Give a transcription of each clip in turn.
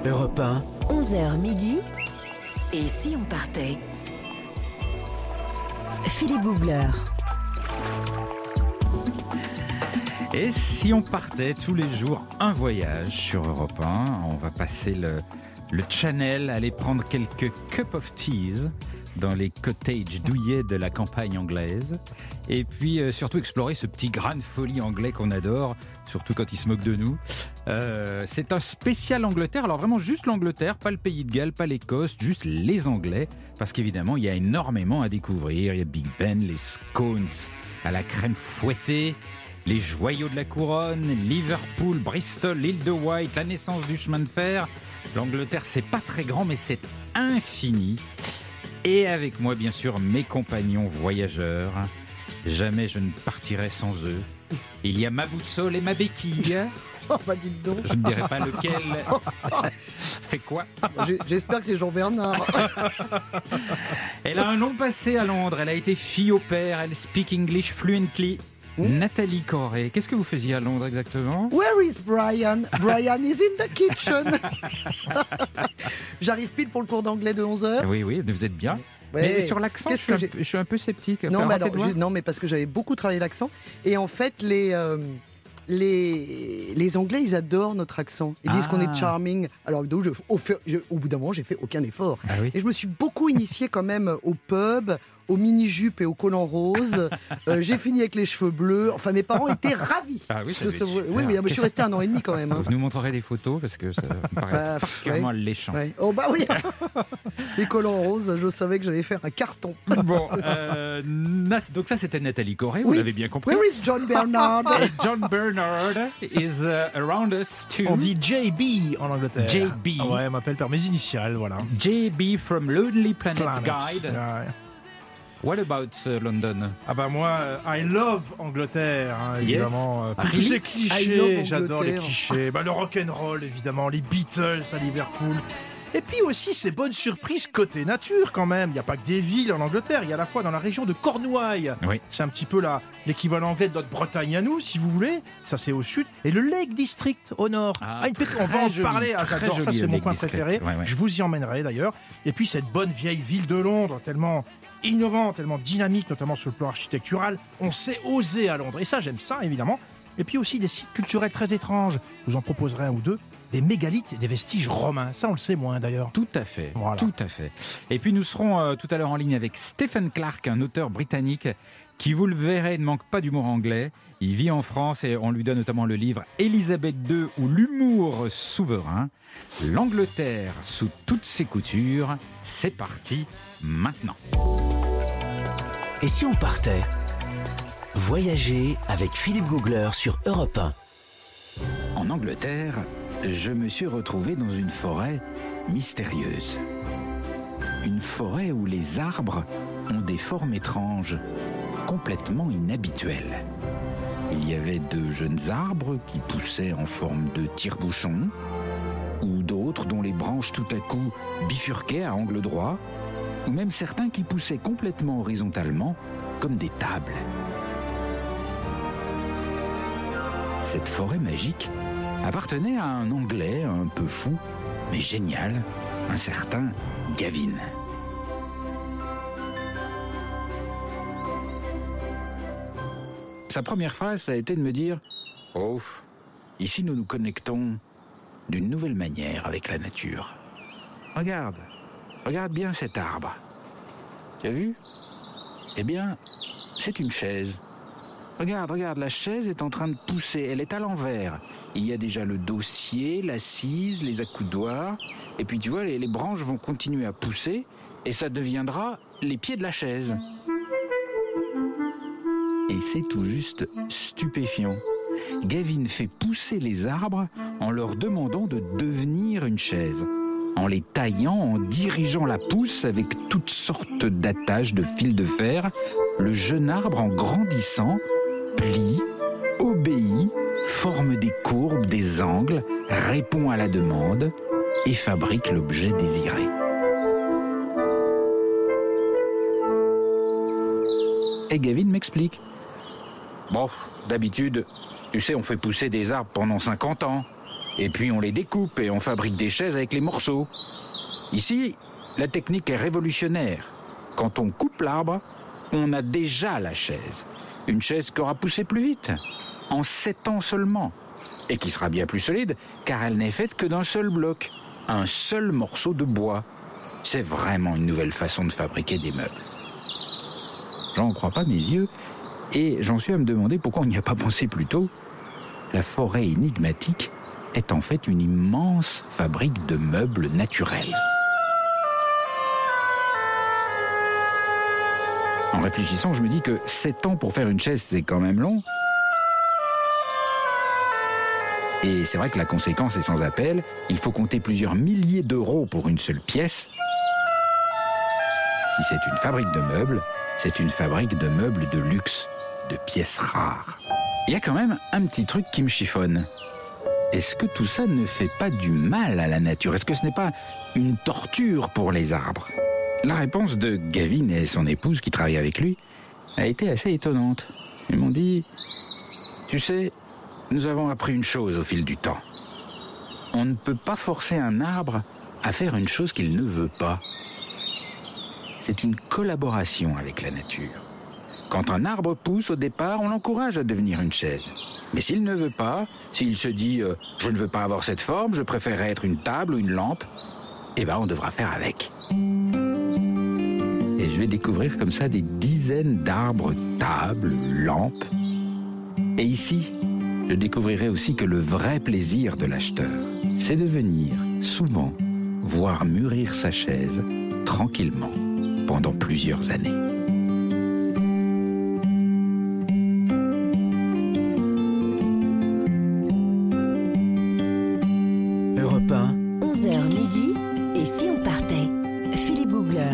Europe 1, 11h midi. Et si on partait ? Philippe Googler. Et si on partait tous les jours un voyage sur Europe 1, on va passer le Channel, aller prendre quelques cup of teas dans les cottages douillets de la campagne anglaise, et puis surtout explorer ce petit grain de folie anglais qu'on adore, surtout quand il se moque de nous. C'est un spécial Angleterre, alors vraiment juste l'Angleterre, pas le Pays de Galles, pas l'Écosse, juste les Anglais, parce qu'évidemment il y a énormément à découvrir. Il y a Big Ben, les scones à la crème fouettée, les joyaux de la couronne, Liverpool, Bristol, l'île de Wight, la naissance du chemin de fer. L'Angleterre, c'est pas très grand, mais c'est infini. Et avec moi, bien sûr, mes compagnons voyageurs. Jamais je ne partirai sans eux. Il y a ma boussole et ma béquille. Oh bah dites donc. Je ne dirai pas lequel fait quoi. J'espère que c'est Jean-Bernard. Elle a un long passé à Londres. Elle a été fille au père. Elle speak English fluently. Nathalie Corré, qu'est-ce que vous faisiez à Londres exactement ? Where is Brian? Brian is in the kitchen. J'arrive pile pour le cours d'anglais de 11h. Oui, vous êtes bien. Ouais. Mais sur l'accent, je suis un peu sceptique. Non, mais parce que j'avais beaucoup travaillé l'accent. Et en fait, les Anglais, ils adorent notre accent. Ils disent qu'on est charming. Alors, au bout d'un moment, j'ai fait aucun effort. Ah oui. Et je me suis beaucoup initié quand même au pub, aux mini-jupes et aux collants roses. J'ai fini avec les cheveux bleus. Enfin, mes parents étaient ravis. Ah oui, ça devait être super. Oui, mais je suis resté 1 an et demi quand même. Hein. Vous nous montrerez des photos parce que ça me paraît particulièrement alléchant. Ouais. Oh bah oui. Les collants roses, je savais que j'allais faire un carton. Bon, donc ça c'était Nathalie Corré, vous l'avez bien compris. Where is John Bernard? Et John Bernard is around us too. On dit JB en Angleterre. JB. Ah ouais, on m'appelle par mes initiales, voilà. JB from Lonely Planet Guide. Ouais. What about London? Ah bah moi, I love Angleterre, hein, évidemment. Yes. Pour tous ces clichés, j'adore les Angleterre. clichés. Le rock'n'roll, évidemment, les Beatles à Liverpool. Et puis aussi ces bonnes surprises côté nature quand même. Il n'y a pas que des villes en Angleterre, il y a à la fois dans la région de Cornouailles. Oui. C'est un petit peu l'équivalent anglais de notre Bretagne à nous, si vous voulez. Ça c'est au sud. Et le Lake District au nord. On va en parler. J'adore, ça c'est mon coin préféré. Ouais. Je vous y emmènerai d'ailleurs. Et puis cette bonne vieille ville de Londres, tellement innovant, tellement dynamique, notamment sur le plan architectural. On sait oser à Londres. Et ça, j'aime ça, évidemment. Et puis aussi des sites culturels très étranges. Je vous en proposerai un ou deux. Des mégalithes et des vestiges romains. Ça, on le sait moins, d'ailleurs. Tout à fait, Voilà. tout à fait. Et puis nous serons tout à l'heure en ligne avec Stephen Clark, un auteur britannique qui, vous le verrez, ne manque pas d'humour anglais. Il vit en France et on lui donne notamment le livre Élisabeth II ou l'humour souverain. L'Angleterre sous toutes ses coutures. C'est parti maintenant. et si on partait? Voyager avec Philippe Googler sur Europe 1. En Angleterre, je me suis retrouvé dans une forêt mystérieuse. Une forêt où les arbres ont des formes étranges, complètement inhabituelles. Il y avait de jeunes arbres qui poussaient en forme de tire-bouchon, ou d'autres dont les branches tout à coup bifurquaient à angle droit, ou même certains qui poussaient complètement horizontalement, comme des tables. Cette forêt magique appartenait à un Anglais un peu fou, mais génial, un certain Gavin. Sa première phrase, ça a été de me dire « Oh, ici nous nous connectons d'une nouvelle manière avec la nature. Regarde bien cet arbre. Tu as vu? Eh bien, c'est une chaise. Regarde, la chaise est en train de pousser, elle est à l'envers. Il y a déjà le dossier, l'assise, les accoudoirs, et puis tu vois, les branches vont continuer à pousser, et ça deviendra les pieds de la chaise. » Et c'est tout juste stupéfiant. Gavin fait pousser les arbres en leur demandant de devenir une chaise, en les taillant, en dirigeant la pousse avec toutes sortes d'attaches de fil de fer. Le jeune arbre, en grandissant, plie, obéit, forme des courbes, des angles, répond à la demande et fabrique l'objet désiré. Et Gavin m'explique. Bon, d'habitude, tu sais, on fait pousser des arbres pendant 50 ans. Et puis on les découpe et on fabrique des chaises avec les morceaux. Ici, la technique est révolutionnaire. Quand on coupe l'arbre, on a déjà la chaise. Une chaise qui aura poussé plus vite, en 7 ans seulement. Et qui sera bien plus solide, car elle n'est faite que d'un seul bloc, un seul morceau de bois. C'est vraiment une nouvelle façon de fabriquer des meubles. J'en crois pas mes yeux, et j'en suis à me demander pourquoi on n'y a pas pensé plus tôt. La forêt énigmatique est en fait une immense fabrique de meubles naturels. En réfléchissant, je me dis que 7 ans pour faire une chaise, c'est quand même long. Et c'est vrai que la conséquence est sans appel. Il faut compter plusieurs milliers d'euros pour une seule pièce. Si c'est une fabrique de meubles, c'est une fabrique de meubles de luxe, de pièces rares. Il y a quand même un petit truc qui me chiffonne. Est-ce que tout ça ne fait pas du mal à la nature? Est-ce que ce n'est pas une torture pour les arbres? La réponse de Gavin et son épouse qui travaillent avec lui a été assez étonnante. Ils m'ont dit « Tu sais, nous avons appris une chose au fil du temps. On ne peut pas forcer un arbre à faire une chose qu'il ne veut pas. C'est une collaboration avec la nature. Quand un arbre pousse au départ, on l'encourage à devenir une chaise. Mais s'il ne veut pas, s'il se dit « je ne veux pas avoir cette forme, je préférerais être une table ou une lampe », eh ben on devra faire avec. Et je vais découvrir comme ça des dizaines d'arbres, tables, lampes. Et ici, je découvrirai aussi que le vrai plaisir de l'acheteur, c'est de venir, souvent, voir mûrir sa chaise tranquillement pendant plusieurs années. Europe 1. 11h midi. Et si on partait? Philippe Googler.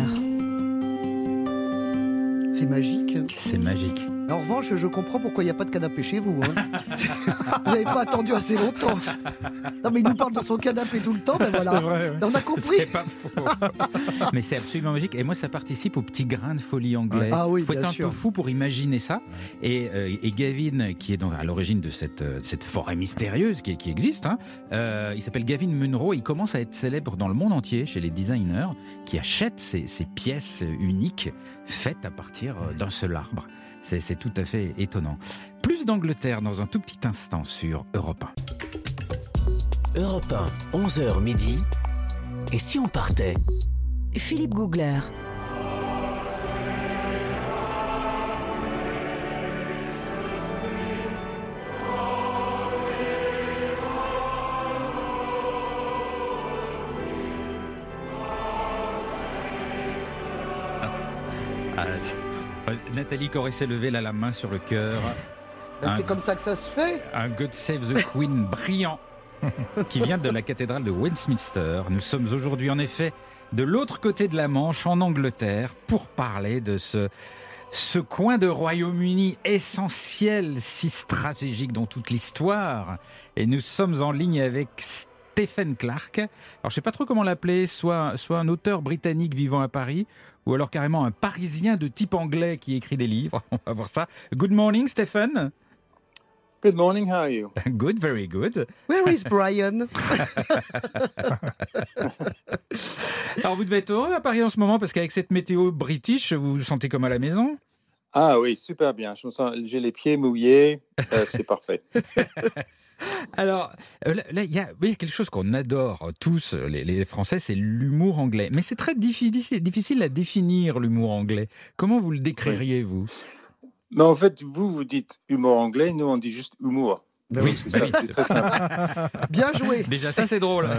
C'est magique. C'est magique. En revanche, je comprends pourquoi il n'y a pas de canapé chez vous. Hein. Vous n'avez pas attendu assez longtemps. Non, mais il nous parle de son canapé tout le temps, ben voilà. C'est vrai, ouais. On a compris. C'est pas faux. Mais c'est absolument magique. Et moi, ça participe au petit grain de folie anglais. Ah oui, faut être bien un sûr. peu fou pour imaginer ça. Et Gavin, qui est donc à l'origine de cette forêt mystérieuse qui existe, hein, il s'appelle Gavin Munro. Il commence à être célèbre dans le monde entier chez les designers qui achètent ces pièces uniques faites à partir d'un seul arbre. C'est tout à fait étonnant. Plus d'Angleterre dans un tout petit instant sur Europe 1. Europe 1, 11h midi. Et si on partait? Philippe Googler. Nathalie Corée s'est levée là, la main sur le cœur. Ben, c'est comme ça que ça se fait. Un God Save the Queen brillant qui vient de la cathédrale de Westminster. Nous sommes aujourd'hui en effet de l'autre côté de la Manche, en Angleterre, pour parler de ce coin de Royaume-Uni essentiel, si stratégique dans toute l'histoire. Et nous sommes en ligne avec Stephen Clark. Alors je ne sais pas trop comment l'appeler, soit un auteur britannique vivant à Paris, ou alors carrément un Parisien de type anglais qui écrit des livres. On va voir ça. Good morning, Stephen. Good morning, how are you? Good, very good. Where is Brian? Alors vous devez être heureux à Paris en ce moment parce qu'avec cette météo british, vous vous sentez comme à la maison? Ah oui, super bien. J'ai les pieds mouillés, c'est parfait. Alors, là, il y a quelque chose qu'on adore tous, les Français, c'est l'humour anglais. Mais c'est très difficile à définir, l'humour anglais. Comment vous le décririez, vous? Mais en fait, vous dites humour anglais, nous on dit juste humour. Ben Oui, c'est bah ça, oui. c'est très simple. Bien joué. Déjà, ça, c'est drôle.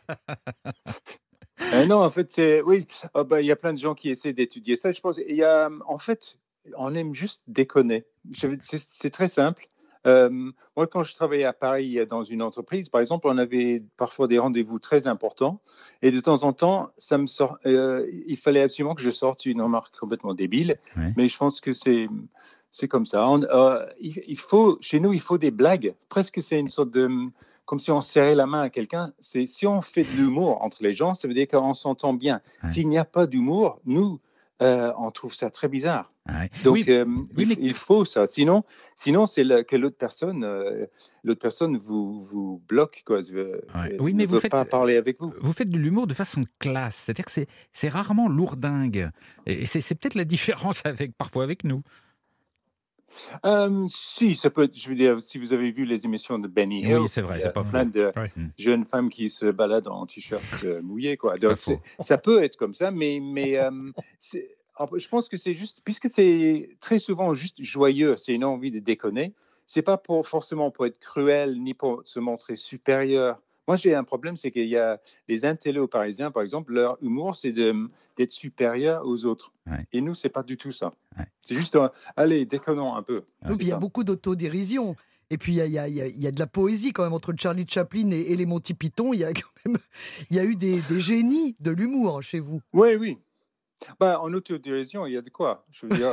Non, en fait, il y a plein de gens qui essaient d'étudier ça. Je pense, en fait, on aime juste déconner. C'est très simple. Moi, quand je travaillais à Paris dans une entreprise, par exemple, on avait parfois des rendez-vous très importants et de temps en temps, il fallait absolument que je sorte une remarque complètement débile, Ouais. mais je pense que c'est comme ça. Chez nous, il faut des blagues. Presque, c'est une sorte de... Comme si on serrait la main à quelqu'un. Si on fait de l'humour entre les gens, ça veut dire qu'on s'entend bien. Ouais. S'il n'y a pas d'humour, nous... on trouve ça très bizarre. Ouais. Donc, Oui, oui, mais il faut ça. Sinon c'est que l'autre personne vous bloque, quoi. ouais. Oui, mais Ne veut pas parler avec vous. vous faites de l'humour de façon classe. C'est-à-dire que c'est rarement lourdingue. Et c'est peut-être la différence parfois avec nous. Si, ça peut être, je veux dire, si vous avez vu les émissions de Benny Hill, Oui, c'est vrai, il y c'est a pas faux. plein de Ouais. jeunes femmes qui se baladent en t-shirt mouillé, quoi. Pas Donc, faux. ça peut être comme ça, mais je pense que c'est juste, puisque c'est très souvent juste joyeux, c'est une envie de déconner, c'est pas forcément pour être cruel, ni pour se montrer supérieur. Moi, j'ai un problème, c'est qu'il y a les intellos parisiens, par exemple, leur humour, c'est d'être supérieur aux autres. Ouais. Et nous, c'est pas du tout ça. Ouais. C'est juste, allez, déconnons un peu. Oui, puis il y a beaucoup d'autodérision. Et puis, il y a de la poésie quand même entre Charlie Chaplin et les Monty Python. Il y a quand même, il y a eu des génies de l'humour chez vous. Oui, oui. Bah, en autodérision, il y a de quoi. Je veux dire,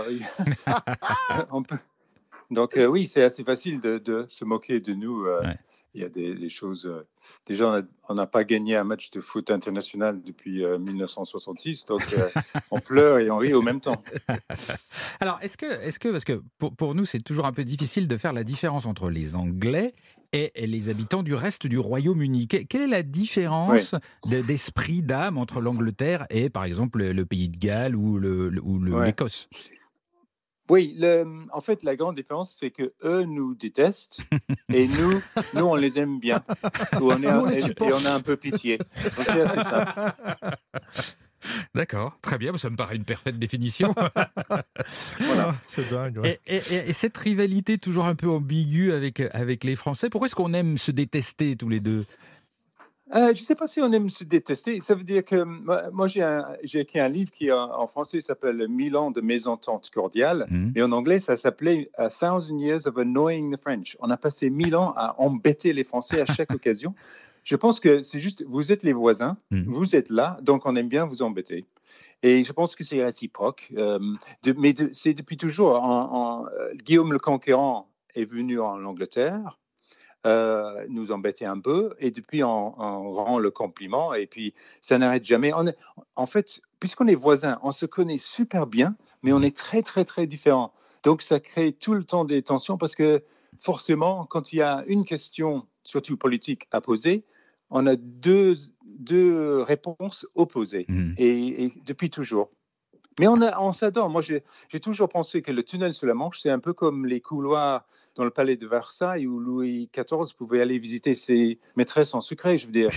on peut... Donc, oui, c'est assez facile de se moquer de nous. Ouais. Il y a des choses. Déjà, on n'a pas gagné un match de foot international depuis 1966. Donc, on pleure et on rit au même temps. Alors, est-ce que parce que pour nous, c'est toujours un peu difficile de faire la différence entre les Anglais et les habitants du reste du Royaume-Uni. Quelle est la différence d'esprit, d'âme entre l'Angleterre et, par exemple, le pays de Galles ou Ouais. l'Écosse? Oui, en fait, la grande différence, c'est que eux nous détestent et nous, on les aime bien. Ou Nous, on les et supporte. on a un peu pitié. Donc, c'est assez simple. D'accord, très bien, ça me paraît une parfaite définition. Voilà. C'est dingue. Ouais. Et cette rivalité toujours un peu ambiguë avec les Français, pourquoi est-ce qu'on aime se détester tous les deux? Je ne sais pas si on aime se détester. Ça veut dire que moi j'ai écrit un livre qui en français s'appelle 1000 ans de mésentente cordiale, Mhm. mais en anglais ça s'appelait A Thousand Years of Annoying the French. On a passé 1000 ans à embêter les Français à chaque occasion. Je pense que c'est juste, vous êtes les voisins, vous êtes là, donc on aime bien vous embêter. Et je pense que c'est réciproque. C'est depuis toujours. Guillaume le Conquérant est venu en Angleterre. Nous embêter un peu et depuis on rend le compliment et puis ça n'arrête jamais. En fait, puisqu'on est voisins, on se connaît super bien, mais on est très très très différents. Donc ça crée tout le temps des tensions parce que forcément, quand il y a une question, surtout politique, à poser, on a deux réponses opposées et depuis toujours. Mais on s'adore. Moi, j'ai toujours pensé que le tunnel sous la Manche, c'est un peu comme les couloirs dans le palais de Versailles où Louis XIV pouvait aller visiter ses maîtresses en secret. Je veux dire,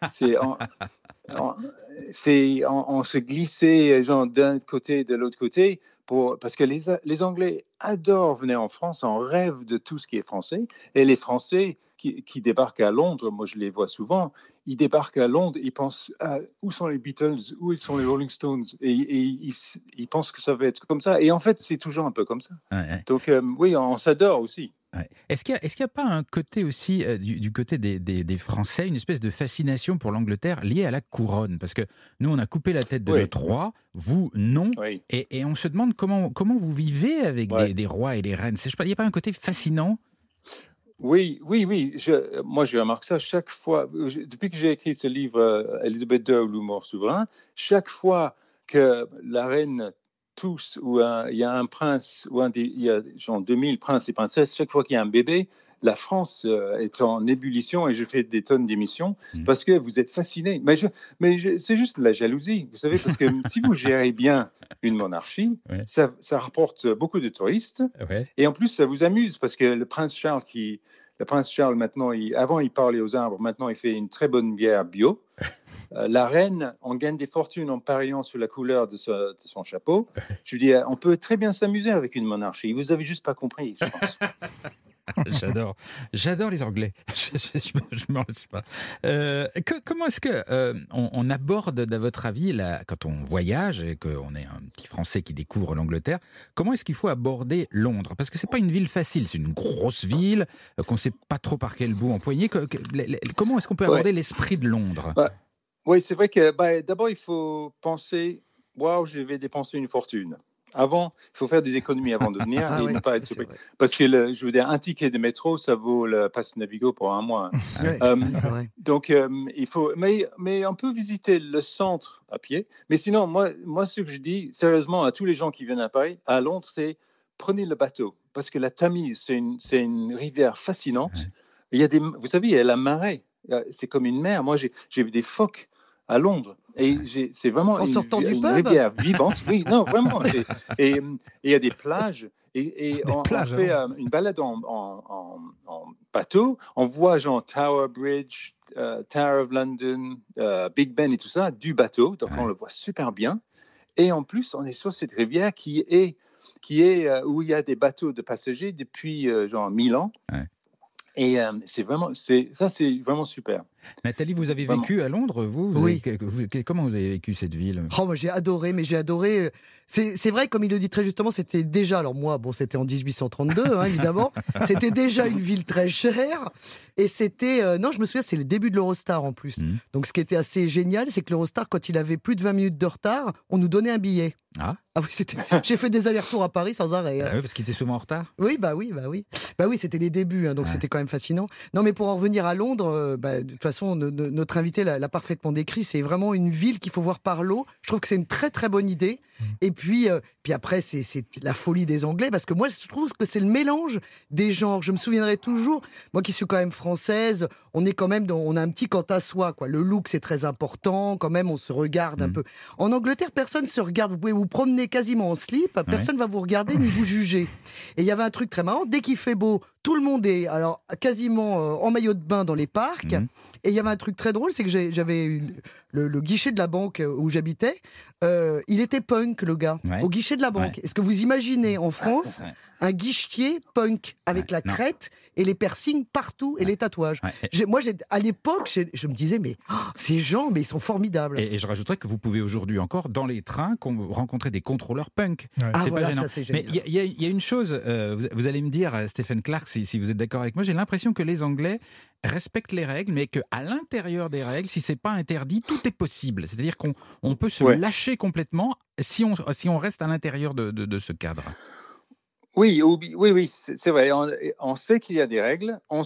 on se glissait genre d'un côté et de l'autre côté parce que les Anglais adorent venir en France, on rêve de tout ce qui est français. Et les Français qui débarquent à Londres, moi je les vois souvent, ils débarquent à Londres, ils pensent où sont les Beatles, où sont les Rolling Stones, et ils pensent que ça va être comme ça. Et en fait, c'est toujours un peu comme ça. Ouais. Donc oui, on s'adore aussi. Ouais. Est-ce qu'il y a pas un côté aussi, du côté des Français, une espèce de fascination pour l'Angleterre liée à la couronne? Parce que nous, on a coupé la tête de notre roi, vous, non. Oui. Et on se demande comment vous vivez avec des rois et des reines. Il n'y a pas un côté fascinant? Oui. Moi, je remarque ça chaque fois. Depuis que j'ai écrit ce livre, Elisabeth II, l'humour souverain, chaque fois que la reine tousse ou il y a un prince, il y a genre 2000 princes et princesses, chaque fois qu'il y a un bébé, la France est en ébullition et je fais des tonnes d'émissions parce que vous êtes fascinés. Mais c'est juste la jalousie, vous savez, parce que si vous gérez bien une monarchie, ça rapporte beaucoup de touristes et en plus ça vous amuse parce que le prince Charles maintenant, avant il parlait aux arbres, maintenant il fait une très bonne bière bio. La reine, on gagne des fortunes en pariant sur la couleur de son chapeau. Je veux dire, on peut très bien s'amuser avec une monarchie. Vous avez juste pas compris, je pense. J'adore les Anglais. Je m'en lasse pas. Comment est-ce que on aborde, à votre avis, quand on voyage et qu'on est un petit Français qui découvre l'Angleterre, comment est-ce qu'il faut aborder Londres? Parce que c'est pas une ville facile, c'est une grosse ville qu'on sait pas trop par quel bout empoigner. Comment est-ce qu'on peut aborder l'esprit de Londres? Oui, c'est vrai que d'abord il faut penser, waouh, je vais dépenser une fortune. Avant, il faut faire des économies avant de venir Ah et oui, ne pas être c'est surpris. vrai. Parce que, je veux dire, un ticket de métro, ça vaut le pass Navigo pour un mois. Ouais, Euh, c'est vrai. Donc, il faut. Mais on peut visiter le centre à pied. Mais sinon, moi, ce que je dis sérieusement à tous les gens qui viennent à Paris, à Londres, c'est prenez le bateau. Parce que la Tamise, c'est une rivière fascinante. Ouais. Il y a vous savez, il y a la marée. C'est comme une mer. Moi, j'ai vu des phoques à Londres. Et c'est vraiment En sortant du une pub rivière vivante. Oui, non, vraiment. Et il y a des plages. Et Des on plages, fait une balade en bateau. On voit genre Tower Bridge, Tower of London, Big Ben et tout ça du bateau. Donc, on le voit super bien. Et en plus, on est sur cette rivière qui est où il y a des bateaux de passagers depuis genre 1000 ans. Ouais. Et c'est vraiment super. Nathalie, vous avez Vraiment. vécu à Londres, vous Oui. Comment vous avez vécu cette ville? Oh, moi j'ai adoré. C'est vrai, comme il le dit très justement, c'était déjà, alors moi, bon, c'était en 1832, hein, évidemment, c'était déjà une ville très chère. Et c'était, non, je me souviens, c'est le début de l'Eurostar en plus. Donc ce qui était assez génial, c'est que l'Eurostar, quand il avait plus de 20 minutes de retard, on nous donnait un billet. Ah, Ah oui, j'ai fait des allers-retours à Paris sans arrêt. oui, parce qu'il était souvent en retard. Oui, bah oui. Bah oui, c'était les débuts, hein, donc c'était quand même fascinant. Non, mais pour en revenir à Londres, de toute façon, notre invité l'a parfaitement décrit. C'est vraiment une ville qu'il faut voir par l'eau. Je trouve que c'est une très très bonne idée. Et puis après, c'est la folie des Anglais, parce que moi, je trouve que c'est le mélange des genres. Je me souviendrai toujours, moi qui suis quand même française, on est quand même on a un petit quant à soi, quoi. Le look, c'est très important. Quand même, on se regarde un peu. En Angleterre, personne se regarde. Vous pouvez vous promener quasiment en slip, personne va vous regarder ni vous juger. Et il y avait un truc très marrant. Dès qu'il fait beau, tout le monde est alors quasiment en maillot de bain dans les parcs. Et il y avait un truc très drôle, c'est que j'avais le guichet de la banque où j'habitais. Il était punk, le gars, au guichet de la banque. Est-ce que vous imaginez en France un guichetier punk avec la crête et les piercings partout et les tatouages? Moi, à l'époque, je me disais, mais ces gens, mais ils sont formidables. Et je rajouterais que vous pouvez aujourd'hui encore, dans les trains, rencontrer des contrôleurs punk. Ouais. Ah C'est voilà, pas gênant. ça c'est génial. Mais il y a une chose, vous allez me dire, Stephen Clark, si vous êtes d'accord avec moi, j'ai l'impression que les Anglais respectent les règles, mais qu'à l'intérieur des règles, si c'est pas interdit, tout est possible. C'est-à-dire qu'on peut se lâcher complètement si on reste à l'intérieur de ce cadre. Oui, c'est vrai. On sait qu'il y a des règles. On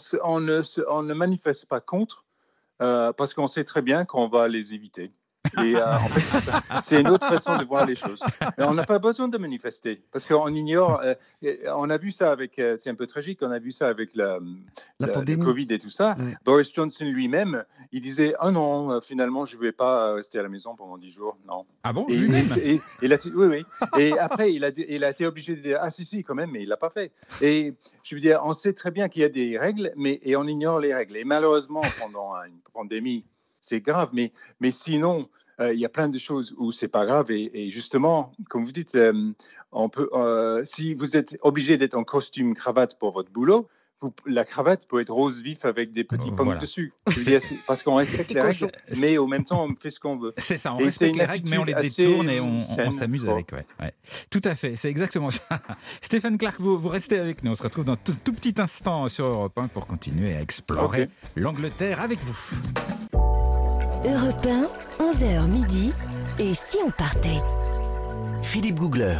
ne manifeste pas contre parce qu'on sait très bien qu'on va les éviter. Et en fait, c'est une autre façon de voir les choses. Mais on n'a pas besoin de manifester parce qu'on ignore. On a vu ça avec. C'est un peu tragique. On a vu ça avec la pandémie. le Covid et tout ça. Ouais. Boris Johnson lui-même, il disait non, finalement, je ne vais pas rester à la maison pendant 10 jours. Non. Ah bon, Et, lui-même oui. Et après, il a été obligé de dire si, quand même, mais il l'a pas fait. Et je veux dire, on sait très bien qu'il y a des règles, et on ignore les règles. Et malheureusement, pendant une pandémie, c'est grave. Mais sinon, il y a plein de choses où c'est pas grave. Et justement, comme vous dites, on peut, si vous êtes obligé d'être en costume cravate pour votre boulot, la cravate peut être rose vif avec des petits punks dessus. Je veux dire, parce qu'on respecte les règles, mais en même temps, on fait ce qu'on veut. C'est ça, on respecte les règles, mais on les détourne et on s'amuse avec. Ouais. Tout à fait, c'est exactement ça. Stéphane Clark, vous restez avec nous. On se retrouve dans tout petit instant sur Europe 1 pour continuer à explorer l'Angleterre avec vous. Europe 1, 11h midi. Et si on partait? Philippe Googler.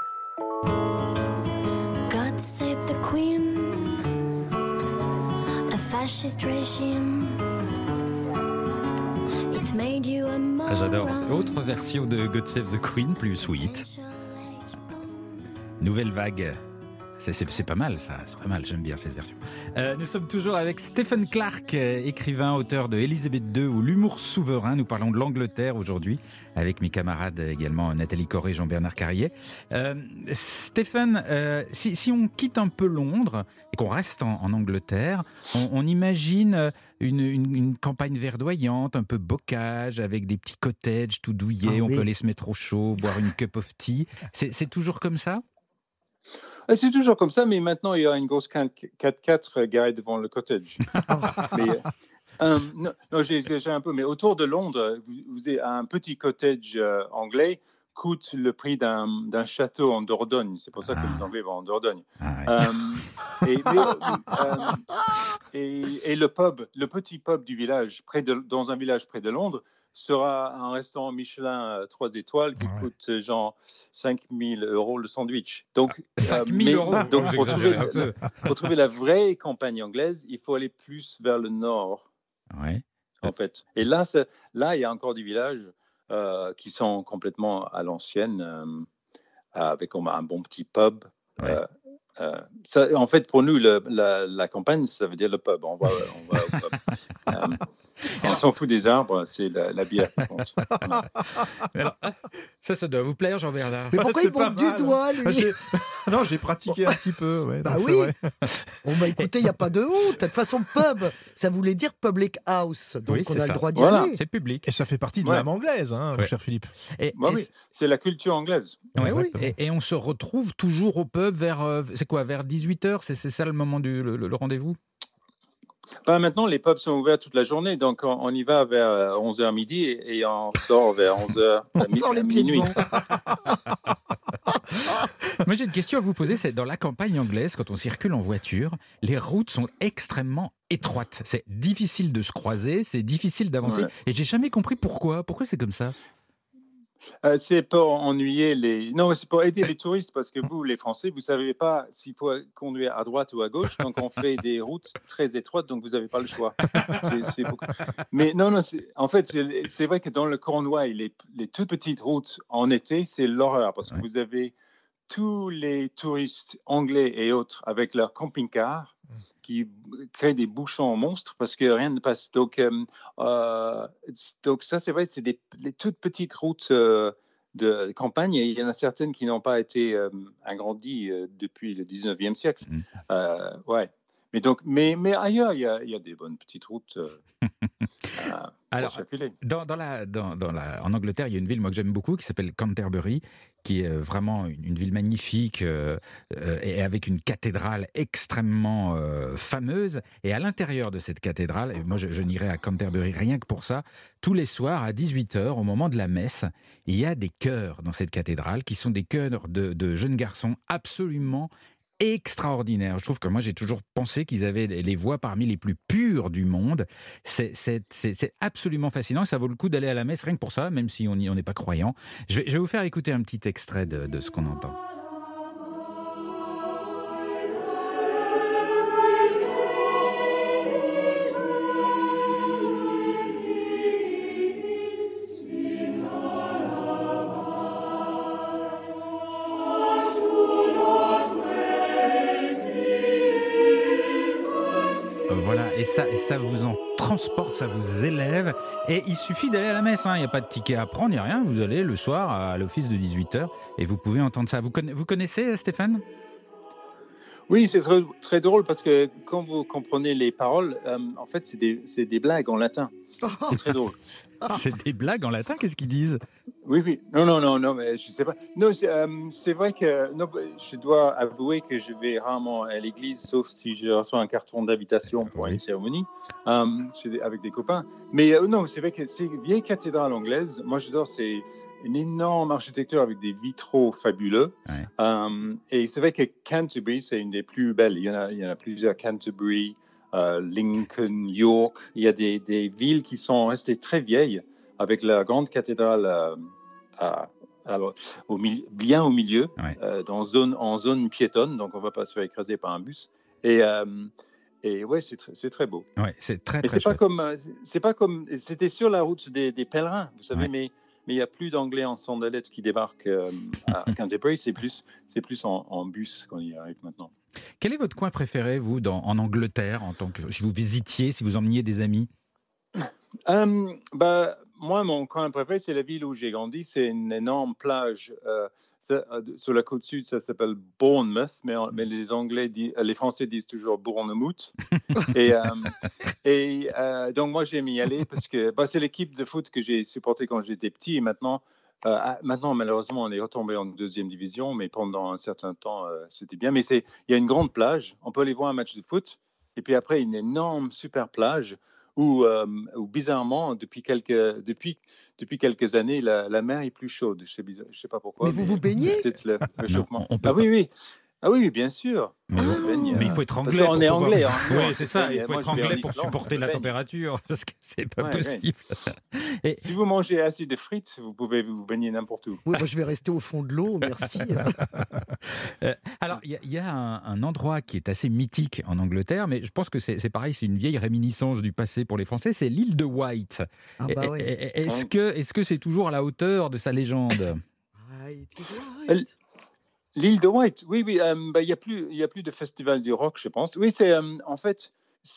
God save the Queen, a fascist regime. It made you a moron. J'adore. Autre version de God Save the Queen, plus sweet. Nouvelle vague. C'est pas mal, ça. C'est pas mal, j'aime bien cette version. Nous sommes toujours avec Stephen Clark, écrivain, auteur de Élisabeth II ou L'humour souverain. Nous parlons de l'Angleterre aujourd'hui, avec mes camarades également Nathalie Corré et Jean-Bernard Carrier. Stephen, si on quitte un peu Londres et qu'on reste en Angleterre, on imagine une campagne verdoyante, un peu bocage, avec des petits cottages tout douillés. On peut aller se mettre au chaud, boire une cup of tea. C'est toujours comme ça? C'est toujours comme ça, mais maintenant, il y a une grosse 4x4 garée devant le cottage. Non, j'exagère un peu, mais autour de Londres, vous avez un petit cottage anglais coûte le prix d'un château en Dordogne. C'est pour ça que les Anglais vont en Dordogne. Et le pub, le petit pub du village, dans un village près de Londres, sera un restaurant Michelin 3 étoiles qui coûte genre 5 000 € le sandwich. Donc, 5 000 €. Donc pour trouver la vraie campagne anglaise, il faut aller plus vers le nord. Ouais. En fait. Et là, il y a encore des villages qui sont complètement à l'ancienne, avec un bon petit pub. Ouais. En fait, pour nous, la campagne, ça veut dire le pub. On va au pub. On s'en fout des arbres, c'est la bière qui compte. Voilà. Alors, ça doit vous plaire, Jean-Bernard. Mais pourquoi c'est il pas monte du mal. doigt, lui Non, j'ai pratiqué un petit peu. Ouais, Bah donc c'est oui. vrai. Bon, bah écoutez, il n'y a pas de honte. De toute façon, pub, ça voulait dire public house. Donc, Oui, on c'est a ça. le droit d'y Voilà. aller. C'est public. Et ça fait partie de Ouais. l'âme anglaise, hein, Ouais. cher Philippe. Et, Bah et- oui, c'est la culture anglaise. ouais, oui. et on se retrouve toujours au pub vers, c'est quoi, vers 18h? C'est ça le moment le rendez-vous? Bah, maintenant, les pubs sont ouverts toute la journée, donc on y va vers 11h midi et on sort vers 11h On sort les pieds minuit. devant. Moi, j'ai une question à vous poser. C'est dans la campagne anglaise, quand on circule en voiture, les routes sont extrêmement étroites. C'est difficile de se croiser, c'est difficile d'avancer. Ouais. Et j'ai jamais compris pourquoi. Pourquoi c'est comme ça? C'est pour ennuyer Non, c'est pour aider les touristes parce que vous, les Français, vous savez pas s'il faut conduire à droite ou à gauche. Donc, on fait des routes très étroites, donc vous n'avez pas le choix. C'est beaucoup. Mais non, en fait, c'est vrai que dans le Cornouailles, les toutes petites routes en été, c'est l'horreur parce que vous avez tous les touristes anglais et autres avec leur camping-car qui créent des bouchons monstres parce que rien ne passe. Donc ça, c'est vrai, c'est des toutes petites routes de campagne et il y en a certaines qui n'ont pas été agrandies depuis le 19e siècle. Ouais. Mais ailleurs, il y a des bonnes petites routes pour circuler. En Angleterre, il y a une ville moi, que j'aime beaucoup qui s'appelle Canterbury, qui est vraiment une ville magnifique et avec une cathédrale extrêmement fameuse. Et à l'intérieur de cette cathédrale, et moi je n'irai à Canterbury rien que pour ça, tous les soirs à 18h, au moment de la messe, il y a des chœurs dans cette cathédrale qui sont des chœurs de jeunes garçons absolument extraordinaire. Je trouve que moi, j'ai toujours pensé qu'ils avaient les voix parmi les plus pures du monde. C'est absolument fascinant. Ça vaut le coup d'aller à la messe rien que pour ça, même si on n'est pas croyant. Je vais vous faire écouter un petit extrait de ce qu'on entend. Voilà, et ça vous en transporte, ça vous élève. Et il suffit d'aller à la messe, hein. Il n'y a pas de ticket à prendre, il n'y a rien. Vous allez le soir à l'office de 18h et vous pouvez entendre ça. Vous connaissez, Stéphane ? Oui, c'est très, très drôle parce que quand vous comprenez les paroles, en fait, c'est des blagues en latin. C'est très drôle. C'est des blagues en latin, qu'est-ce qu'ils disent ? Oui. Non, mais je sais pas. Non, c'est vrai que je dois avouer que je vais rarement à l'église, sauf si je reçois un carton d'invitation pour une cérémonie avec des copains. Mais non, c'est vrai que c'est une vieille cathédrale anglaise. Moi, j'adore. C'est une énorme architecture avec des vitraux fabuleux. Ouais. Et c'est vrai que Canterbury, c'est une des plus belles. Il y en a plusieurs. Canterbury, Lincoln, York. Il y a des villes qui sont restées très vieilles avec la grande cathédrale bien au milieu, ouais. En zone piétonne, donc on ne va pas se faire écraser par un bus. Et ouais, c'est très beau. Ouais, c'est très, mais très chouette. C'est pas comme c'était sur la route des pèlerins, vous savez, ouais. mais il n'y a plus d'Anglais en sandalettes qui débarquent à Canterbury, c'est plus en bus qu'on y arrive maintenant. Quel est votre coin préféré, vous, en Angleterre, si vous visitiez, si vous emmeniez des amis ? Moi, mon coin préféré, c'est la ville où j'ai grandi. C'est une énorme plage sur la côte sud. Ça s'appelle Bournemouth, mais les Français disent toujours Bournemouth. Donc, moi, j'aime y aller parce que c'est l'équipe de foot que j'ai supportée quand j'étais petit. Et maintenant, malheureusement, on est retombé en deuxième division, mais pendant un certain temps, c'était bien. Mais il y a une grande plage. On peut aller voir un match de foot. Et puis après, une énorme, super plage où bizarrement, depuis quelques années, la mer est plus chaude. Je sais pas pourquoi. Mais vous vous baignez? C'est peut-être le réchauffement. on peut Ah oui, oui. Ah oui, bien sûr. Mais, On se baigne, mais il faut être parce anglais. qu'on est pour pouvoir- anglais. Hein. Oui, c'est ça. Ouais, Il faut moi, être je vais en anglais pour Islande, supporter je la baigne. température, parce que c'est pas Ouais, possible. Et, Si vous mangez assez de frites, vous pouvez vous baigner n'importe où. Oui, moi, je vais rester au fond de l'eau, merci. alors, il y a un endroit qui est assez mythique en Angleterre, mais je pense que c'est pareil, c'est une vieille réminiscence du passé pour les Français, c'est l'île de Wight. Ah bah oui. Est-ce que c'est toujours à la hauteur de sa légende? Ah, it is Elle- white. L'île de Wight, oui, oui. Il y a plus de festival du rock, je pense. Oui, c'est en fait,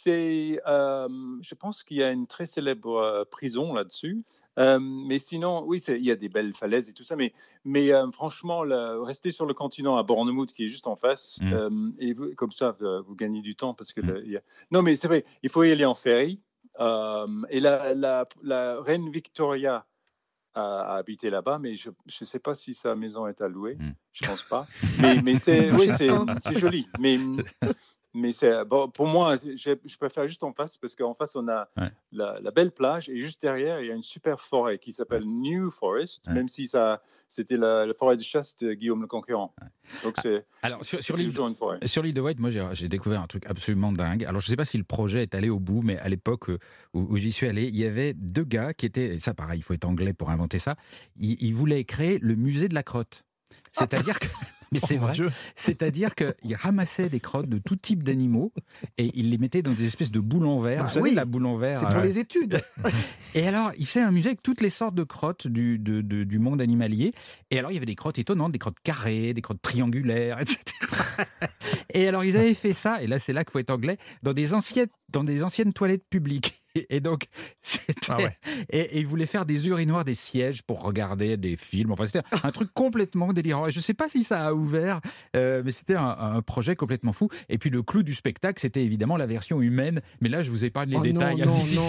je pense qu'il y a une très célèbre prison là-dessus. Mais sinon, oui, il y a des belles falaises et tout ça. Mais franchement, rester sur le continent à Bournemouth, qui est juste en face, et comme ça, vous gagnez du temps parce que non, mais c'est vrai, il faut y aller en ferry. Et la reine Victoria a habité là-bas, mais je ne sais pas si sa maison est à louer. Je ne pense pas. Mais c'est joli. Mais bon, pour moi, je préfère juste en face, parce qu'en face, on a la belle plage, et juste derrière, il y a une super forêt qui s'appelle New Forest, même si c'était la forêt de chasse de Guillaume le Conquérant. Donc Alors, sur toujours une forêt. Sur l'île de Wight, moi, j'ai découvert un truc absolument dingue. Alors, je ne sais pas si le projet est allé au bout, mais à l'époque où j'y suis allé, il y avait deux gars qui étaient, et ça pareil, il faut être anglais pour inventer ça, ils voulaient créer le musée de la crotte. C'est-à-dire que... Mais c'est vrai. C'est-à-dire qu'ils ramassaient des crottes de tout type d'animaux et ils les mettaient dans des espèces de boules en verre. Vous savez, la boule en verre. C'est pour les études. Et alors, ils faisaient un musée avec toutes les sortes de crottes du monde animalier. Et alors, il y avait des crottes étonnantes, des crottes carrées, des crottes triangulaires, etc. Et alors, ils avaient fait ça, et là, c'est là qu'il faut être anglais, dans des anciennes toilettes publiques. Et donc, et ils voulaient faire des urinoirs, des sièges pour regarder des films. Enfin, c'était un truc complètement délirant. Et je ne sais pas si ça a ouvert, mais c'était un projet complètement fou. Et puis, le clou du spectacle, c'était évidemment la version humaine. Mais là, je vous épargne les détails.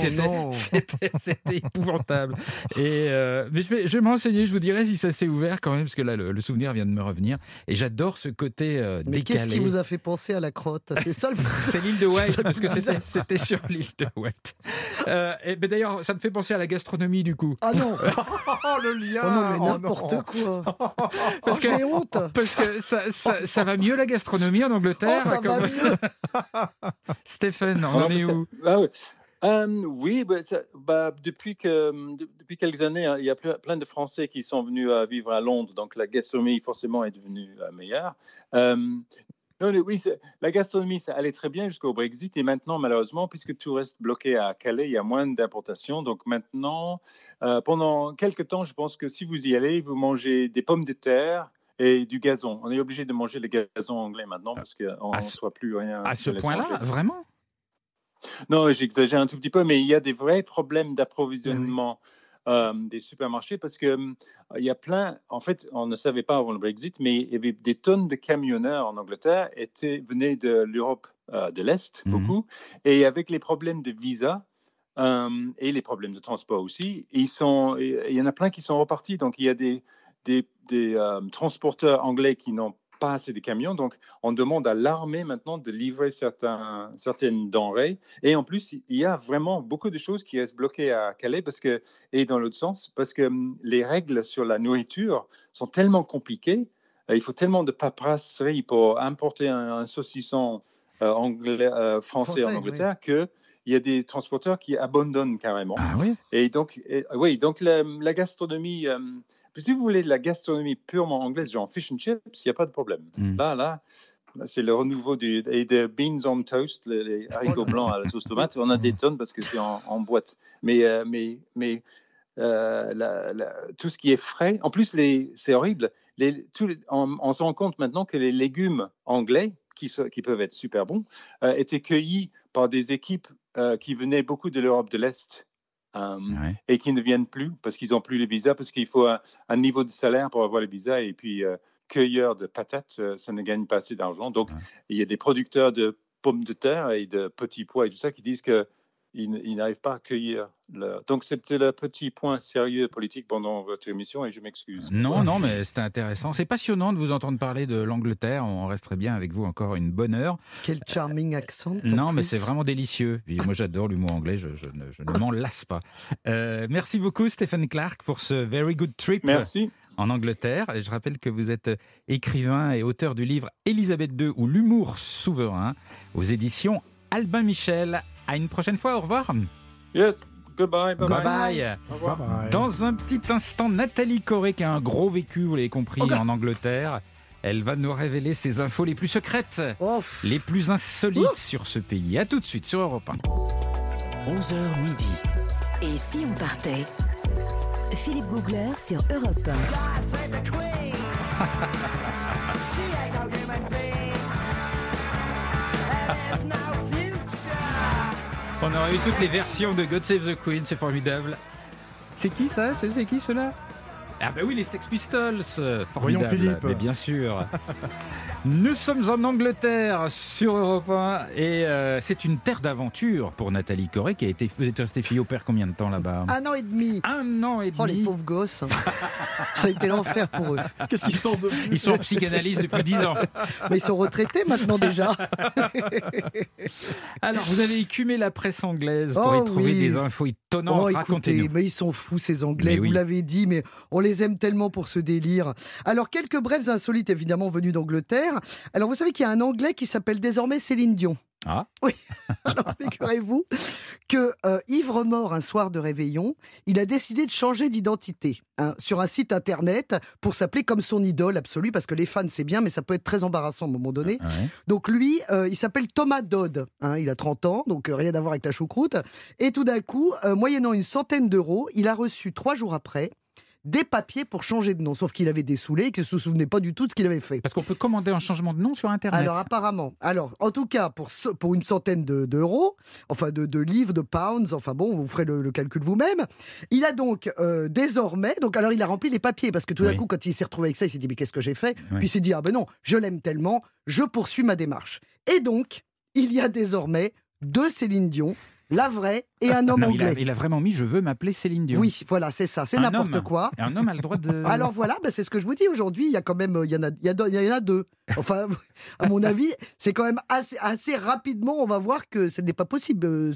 C'était épouvantable. Mais je vais me renseigner, je vous dirai si ça s'est ouvert quand même, parce que là, le souvenir vient de me revenir. Et j'adore ce côté mais décalé. Qu'est-ce qui vous a fait penser à la crotte? C'est ça le... C'est l'île de Wight, parce que c'était sur l'île de Wight. D'ailleurs, ça me fait penser à la gastronomie, du coup. Ah non. Le lien. Oh non, mais n'importe quoi. Parce que j'ai honte. Parce que ça va mieux la gastronomie en Angleterre. Ça va mieux. Stéphane, on en est où? Oui, depuis quelques années, hein, il y a plein de Français qui sont venus vivre à Londres, donc la gastronomie forcément est devenue meilleure. Non, oui, la gastronomie, ça allait très bien jusqu'au Brexit, et maintenant, malheureusement, puisque tout reste bloqué à Calais, il y a moins d'importations. Donc maintenant, pendant quelques temps, je pense que si vous y allez, vous mangez des pommes de terre et du gazon. On est obligé de manger le gazon anglais maintenant, parce qu'on ne reçoit plus rien. À ce point-là, vraiment? Non, j'exagère un tout petit peu, mais il y a des vrais problèmes d'approvisionnement des supermarchés, parce que il y a plein, en fait, on ne savait pas avant le Brexit, mais il y avait des tonnes de camionneurs en Angleterre venaient de l'Europe de l'Est, beaucoup, et avec les problèmes de visa et les problèmes de transport aussi, il y en a plein qui sont repartis. Donc il y a des transporteurs anglais qui n'ont pas assez de camions, donc on demande à l'armée maintenant de livrer certaines denrées, et en plus il y a vraiment beaucoup de choses qui restent bloquées à Calais, et dans l'autre sens, parce que les règles sur la nourriture sont tellement compliquées, il faut tellement de paperasserie pour importer un saucisson français en Angleterre, que il y a des transporteurs qui abandonnent carrément. Ah oui. Et donc, donc la gastronomie, si vous voulez de la gastronomie purement anglaise, genre fish and chips, il n'y a pas de problème. Là, c'est le renouveau des beans on toast, les haricots blancs à la sauce tomate. On a des tonnes parce que c'est en boîte. Mais tout ce qui est frais, en plus, c'est horrible. On se rend compte maintenant que les légumes anglais, qui peuvent être super bons, étaient cueillis par des équipes qui venaient beaucoup de l'Europe de l'Est et qui ne viennent plus parce qu'ils n'ont plus les visas, parce qu'il faut un niveau de salaire pour avoir les visas, et puis cueilleurs de patates, ça ne gagne pas assez d'argent. Donc, il y a des producteurs de pommes de terre et de petits pois et tout ça qui disent que ils n'arrivent pas à accueillir. Donc c'était le petit point sérieux politique pendant votre émission et je m'excuse. Non, mais c'était intéressant. C'est passionnant de vous entendre parler de l'Angleterre. On resterait bien avec vous encore une bonne heure. Quel charming accent. Non, mais c'est vraiment délicieux. Et moi, j'adore l'humour anglais. Je ne m'en lasse pas. Merci beaucoup, Stephen Clark, pour ce very good trip. Merci. En Angleterre. Et je rappelle que vous êtes écrivain et auteur du livre Élisabeth II ou l'humour souverain aux éditions Albin Michel. À une prochaine fois. Au revoir. Yes. Goodbye. Bye bye. Au revoir. Bye. Dans un petit instant, Nathalie Corée, qui a un gros vécu, vous l'avez compris, en Angleterre. Elle va nous révéler ses infos les plus secrètes, les plus insolites sur ce pays. À tout de suite sur Europe 1. 11h midi. Et si on partait? Philippe Googler sur Europe 1. On aurait eu toutes les versions de God Save the Queen, c'est formidable. C'est qui ça? C'est qui cela? Ah bah oui, les Sex Pistols. Formidable. Voyons Philippe. Mais bien sûr. Nous sommes en Angleterre sur Europe 1 et c'est une terre d'aventure pour Nathalie Corée qui a été. Vous êtes resté fille au père combien de temps là-bas? 1 an et demi. 1 an et demi. Oh, les pauvres gosses. Ça a été l'enfer pour eux. Qu'est-ce qu'ils sont devenus? Ils sont en psychanalyse depuis 10 ans. Mais ils sont retraités maintenant déjà. Alors, vous avez écumé la presse anglaise pour y trouver des infos étonnantes. Racontez-nous. Écoutez, mais ils sont fous ces Anglais, Mais oui. vous l'avez dit, mais on les aime tellement pour ce délire. Alors, quelques brèves insolites évidemment venues d'Angleterre. Alors, vous savez qu'il y a un Anglais qui s'appelle désormais Céline Dion. Ah. Oui, alors figurez-vous que ivre-mort un soir de réveillon, il a décidé de changer d'identité sur un site internet pour s'appeler comme son idole absolue, parce que les fans c'est bien, mais ça peut être très embarrassant à un moment donné. Ouais. Donc lui, il s'appelle Thomas Dodd, il a 30 ans, donc rien à voir avec la choucroute. Et tout d'un coup, moyennant une centaine d'euros, il a reçu 3 jours après des papiers pour changer de nom, sauf qu'il avait dessoulé et qu'il ne se souvenait pas du tout de ce qu'il avait fait. Parce qu'on peut commander un changement de nom sur Internet. Alors apparemment, en tout cas pour une centaine d'euros, enfin de livres, de pounds, enfin bon, vous ferez le calcul vous-même. Il a donc désormais, alors il a rempli les papiers parce que tout d'un coup quand il s'est retrouvé avec ça, il s'est dit mais qu'est-ce que j'ai fait? Puis il s'est dit ah ben non, je l'aime tellement, je poursuis ma démarche. Et donc il y a désormais 2 Céline Dion, la vraie et un homme anglais. Il a vraiment mis je veux m'appeler Céline Dion. Oui, voilà, c'est ça, c'est Un n'importe homme. quoi. Et un homme a le droit de. Alors voilà, c'est ce que je vous dis aujourd'hui. Il y a quand même, il y en a 2. Enfin, à mon avis, c'est quand même assez rapidement. On va voir que ce n'est pas possible.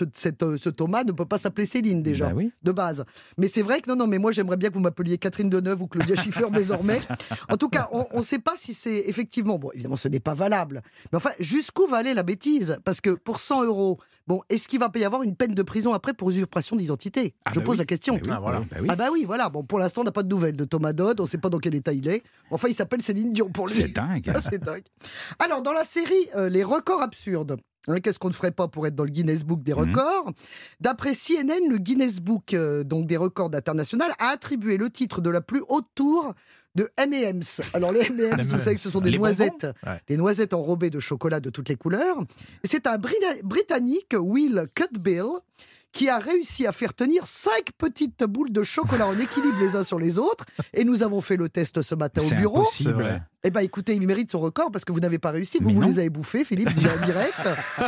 Ce Thomas ne peut pas s'appeler Céline déjà, de base. Mais c'est vrai que non, mais moi j'aimerais bien que vous m'appeliez Catherine Deneuve ou Claudia Schiffer désormais. En tout cas, on ne sait pas si c'est effectivement. Bon, évidemment, ce n'est pas valable. Mais enfin, jusqu'où va aller la bêtise? Parce que pour 100 euros, bon, est-ce qu'il va pas y avoir une peine de prison après pour usurpation d'identité? Je pose la question. Ah bah oui, voilà. Bon, pour l'instant, on n'a pas de nouvelles de Thomas Dodd. On ne sait pas dans quel état il est. Enfin, il s'appelle Céline Dion pour lui. C'est dingue. C'est dingue. Alors, dans la série Les records absurdes, qu'est-ce qu'on ne ferait pas pour être dans le Guinness Book des records? D'après CNN, le Guinness Book donc des records international a attribué le titre de la plus haute tour de M&M's. Alors les M&M's, vous savez que ce sont des noisettes, des noisettes enrobées de chocolat de toutes les couleurs. Et c'est un Britannique, Will Cutbill, qui a réussi à faire tenir 5 petites boules de chocolat en équilibre les uns sur les autres. Et nous avons fait le test ce matin au bureau. C'est vrai. Eh bien, écoutez, il mérite son record parce que vous n'avez pas réussi. Vous les avez bouffés, Philippe, déjà en direct.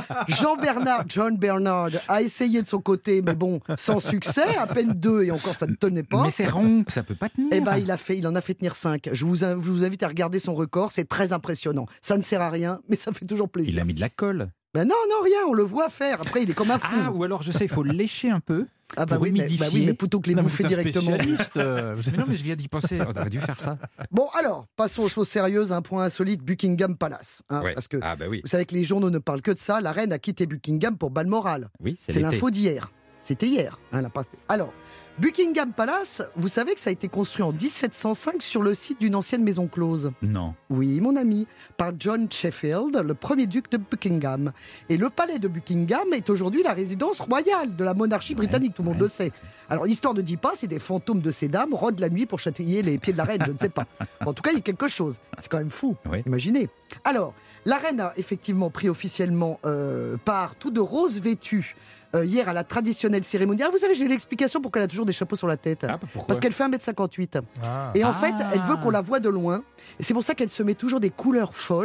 John Bernard a essayé de son côté, mais bon, sans succès. À peine 2 et encore, ça ne tenait pas. Mais c'est rond, ça peut pas tenir. Eh bien, il en a fait tenir 5. Je vous invite à regarder son record. C'est très impressionnant. Ça ne sert à rien, mais ça fait toujours plaisir. Il a mis de la colle. Ben non, rien, on le voit faire. Après, il est comme un fou. Ah, ou alors, je sais, il faut le lécher un peu. Ah bah pour humidifier. mais plutôt que les bouffer directement. Mais non, mais je viens d'y penser. On aurait dû faire ça. Bon, alors, passons aux choses sérieuses. Un point insolite, Buckingham Palace. Parce que vous savez que les journaux ne parlent que de ça. La reine a quitté Buckingham pour Balmoral. Oui, c'est l'info d'hier. C'était hier. Alors, Buckingham Palace, vous savez que ça a été construit en 1705 sur le site d'une ancienne maison close. Non. Oui, mon ami, par John Sheffield, le premier duc de Buckingham. Et le palais de Buckingham est aujourd'hui la résidence royale de la monarchie britannique, tout le monde le sait. Alors l'histoire ne dit pas si des fantômes de ces dames rôdent la nuit pour chatouiller les pieds de la reine, je ne sais pas. En tout cas, il y a quelque chose. C'est quand même fou, imaginez. Alors, la reine a effectivement pris officiellement part tout de rose vêtue hier à la traditionnelle cérémonie. Vous savez, j'ai l'explication pourquoi elle a toujours des chapeaux sur la tête. Parce qu'elle fait 1m58. Et en fait, elle veut qu'on la voie de loin. Et c'est pour ça qu'elle se met toujours des couleurs folles.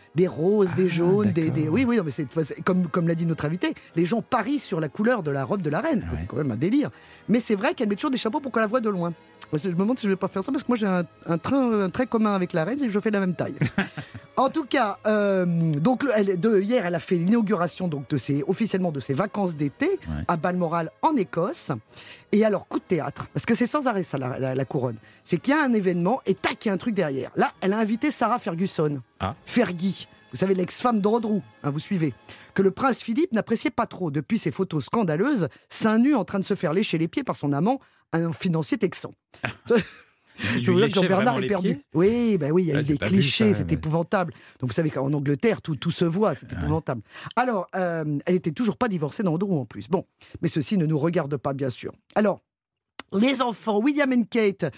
des roses, des jaunes, d'accord. oui, non, mais c'est comme l'a dit notre invité, les gens parient sur la couleur de la robe de la reine. Ouais. C'est quand même un délire. Mais c'est vrai qu'elle met toujours des chapeaux pour qu'on la voie de loin. Je me demande si je ne vais pas faire ça parce que moi j'ai un trait commun avec la reine, c'est que je fais la même taille. En tout cas, donc hier, elle a fait l'inauguration donc officiellement de ses vacances d'été à Balmoral en Écosse. Et alors, coup de théâtre, parce que c'est sans arrêt ça, la couronne. C'est qu'il y a un événement et tac, il y a un truc derrière. Là, elle a invité Sarah Ferguson, Fergie. Vous savez, l'ex-femme d'Andrew, vous suivez, que le prince Philippe n'appréciait pas trop depuis ses photos scandaleuses, seins nus en train de se faire lécher les pieds par son amant, un financier texan. Je veux dire que Jean-Bernard est perdu. Oui, il y a eu des clichés, c'est épouvantable. Donc vous savez qu'en Angleterre, tout se voit, c'est épouvantable. Alors, elle n'était toujours pas divorcée d'Andrew en plus. Bon, mais ceci ne nous regarde pas, bien sûr. Alors, les enfants, William et Kate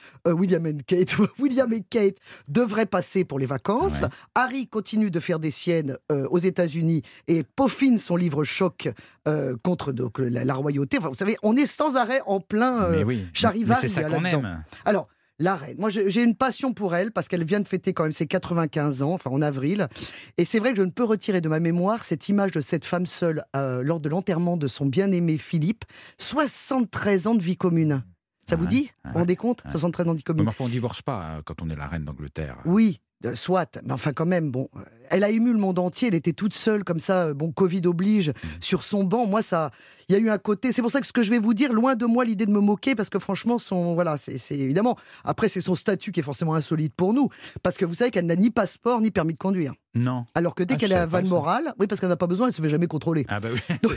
devraient passer pour les vacances. Ouais. Harry continue de faire des siennes aux États-Unis et peaufine son livre choc contre donc, la royauté. Enfin, vous savez, on est sans arrêt en plein charivari. Mais c'est ça qu'on aime. Alors, la reine, moi j'ai une passion pour elle parce qu'elle vient de fêter quand même ses 95 ans, enfin en avril. Et c'est vrai que je ne peux retirer de ma mémoire cette image de cette femme seule lors de l'enterrement de son bien-aimé Philippe. 73 ans de vie commune. Ça vous dit ? Vous vous rendez compte ? 73 ans de vie commune. Mais enfin, on ne divorce pas quand on est la reine d'Angleterre. Oui, soit. Mais enfin, quand même, bon. Elle a ému le monde entier. Elle était toute seule, comme ça, Covid oblige, sur son banc. Moi, il y a eu un côté. C'est pour ça que ce que je vais vous dire, loin de moi l'idée de me moquer, parce que franchement, c'est évidemment. Après, c'est son statut qui est forcément insolite pour nous. Parce que vous savez qu'elle n'a ni passeport, ni permis de conduire. Non. Alors que dès qu'elle est à Balmoral, oui, parce qu'elle n'a pas besoin, elle ne se fait jamais contrôler. Ah bah oui. Donc,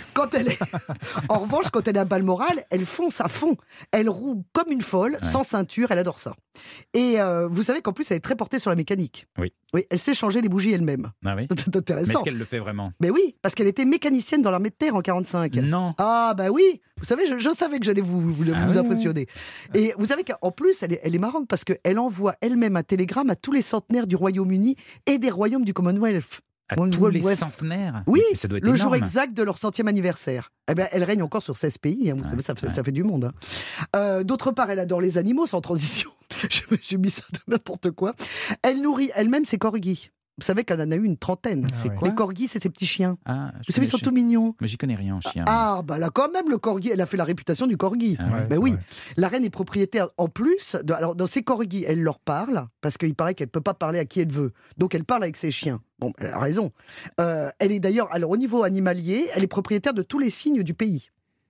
en revanche, quand elle est à Balmoral, elle fonce à fond. Elle roule comme une folle, sans ceinture, elle adore ça. Et vous savez qu'en plus, elle est très portée sur la mécanique. Oui. Oui, elle sait changer les bougies elle-même. Ah oui. C'est intéressant. Mais est-ce qu'elle le fait vraiment ? Mais oui, parce qu'elle était mécanicienne dans l'armée de terre en 1945. Non. Ah bah oui. Vous savez, je savais que j'allais vous impressionner. Et vous savez qu'en plus, elle est marrante parce qu'elle envoie elle-même un télégramme à tous les centenaires du Royaume-Uni et des royaumes du Commonwealth. À tous les centenaires ? Oui, ça doit être le énorme. jour exact de leur 100e anniversaire. Eh bien, elle règne encore sur 16 pays, vous savez, ça fait du monde. D'autre part, elle adore les animaux, sans transition. J'ai mis ça de n'importe quoi. Elle nourrit elle-même ses corgis. Vous savez qu'elle en a eu une trentaine. Les corgis, c'est ces petits chiens. Vous savez, ils sont tout mignons. Mais j'y connais rien en chien. Ah, bah là, quand même, le corgi, elle a fait la réputation du corgi. Oui. Vrai. La reine est propriétaire, en plus, alors dans ses corgis, elle leur parle, parce qu'il paraît qu'elle ne peut pas parler à qui elle veut. Donc, elle parle avec ses chiens. Bon, elle a raison. Elle est d'ailleurs, alors au niveau animalier, elle est propriétaire de tous les cygnes du pays.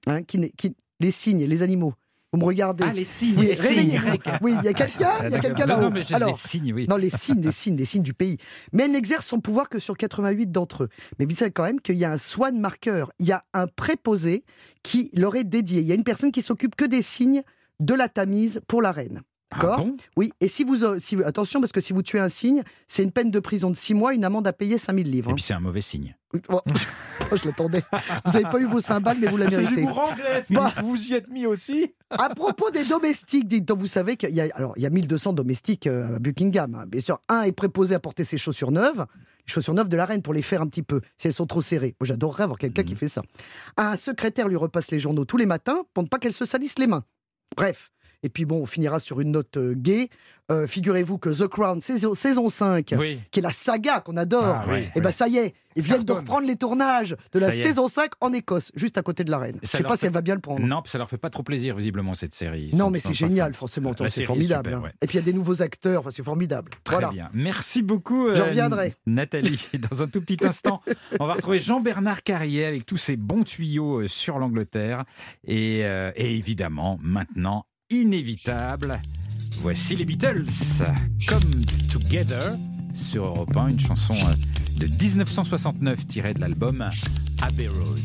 Les cygnes, les animaux. Vous me regardez. Ah, les signes. Oui, réveillez-vous. Oui, il y a quelqu'un là-haut. Non, mais les signes, oui. Non, les signes du pays. Mais elle n'exerce son pouvoir que sur 88 d'entre eux. Mais vous savez quand même qu'il y a un swan marqueur. Il y a un préposé qui leur est dédié. Il y a une personne qui s'occupe que des signes de la Tamise pour la reine. D'accord ? Bon ? Oui, et attention, parce que si vous tuez un cygne, c'est une peine de prison de 6 mois, une amende à payer 5000 livres. Et puis c'est un mauvais signe. Oh, je l'attendais. Vous n'avez pas eu vos cymbales, mais vous la méritez. C'est l'humour anglais, Philippe. Vous vous y êtes mis aussi. À propos des domestiques, vous savez qu'il y a 1200 domestiques à Buckingham. Bien sûr, un est préposé à porter ses chaussures neuves, les chaussures neuves de la reine pour les faire un petit peu, si elles sont trop serrées. Moi, j'adorerais avoir quelqu'un qui fait ça. Un secrétaire lui repasse les journaux tous les matins pour ne pas qu'elle se salisse les mains. Bref. Et puis bon, on finira sur une note gaie. Figurez-vous que The Crown, saison 5, qui est la saga qu'on adore, ça y est, ils viennent de reprendre les tournages de la saison 5 en Écosse, juste à côté de la reine. Je ne sais pas si elle va bien le prendre. Non, ça leur fait pas trop plaisir, visiblement, cette série. Non, mais c'est génial, forcément, c'est formidable. Super, Et puis il y a des nouveaux acteurs, c'est formidable. Très bien. Merci beaucoup, je reviendrai. Nathalie. Dans un tout petit instant, on va retrouver Jean-Bernard Carrier avec tous ses bons tuyaux sur l'Angleterre. Et évidemment, maintenant, inévitable, voici les Beatles, Come Together sur Europe 1, une chanson de 1969 tirée de l'album Abbey Road.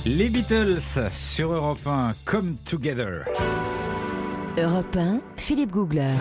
Les Beatles sur Europe 1, Come Together. Europe 1, Philippe Googler.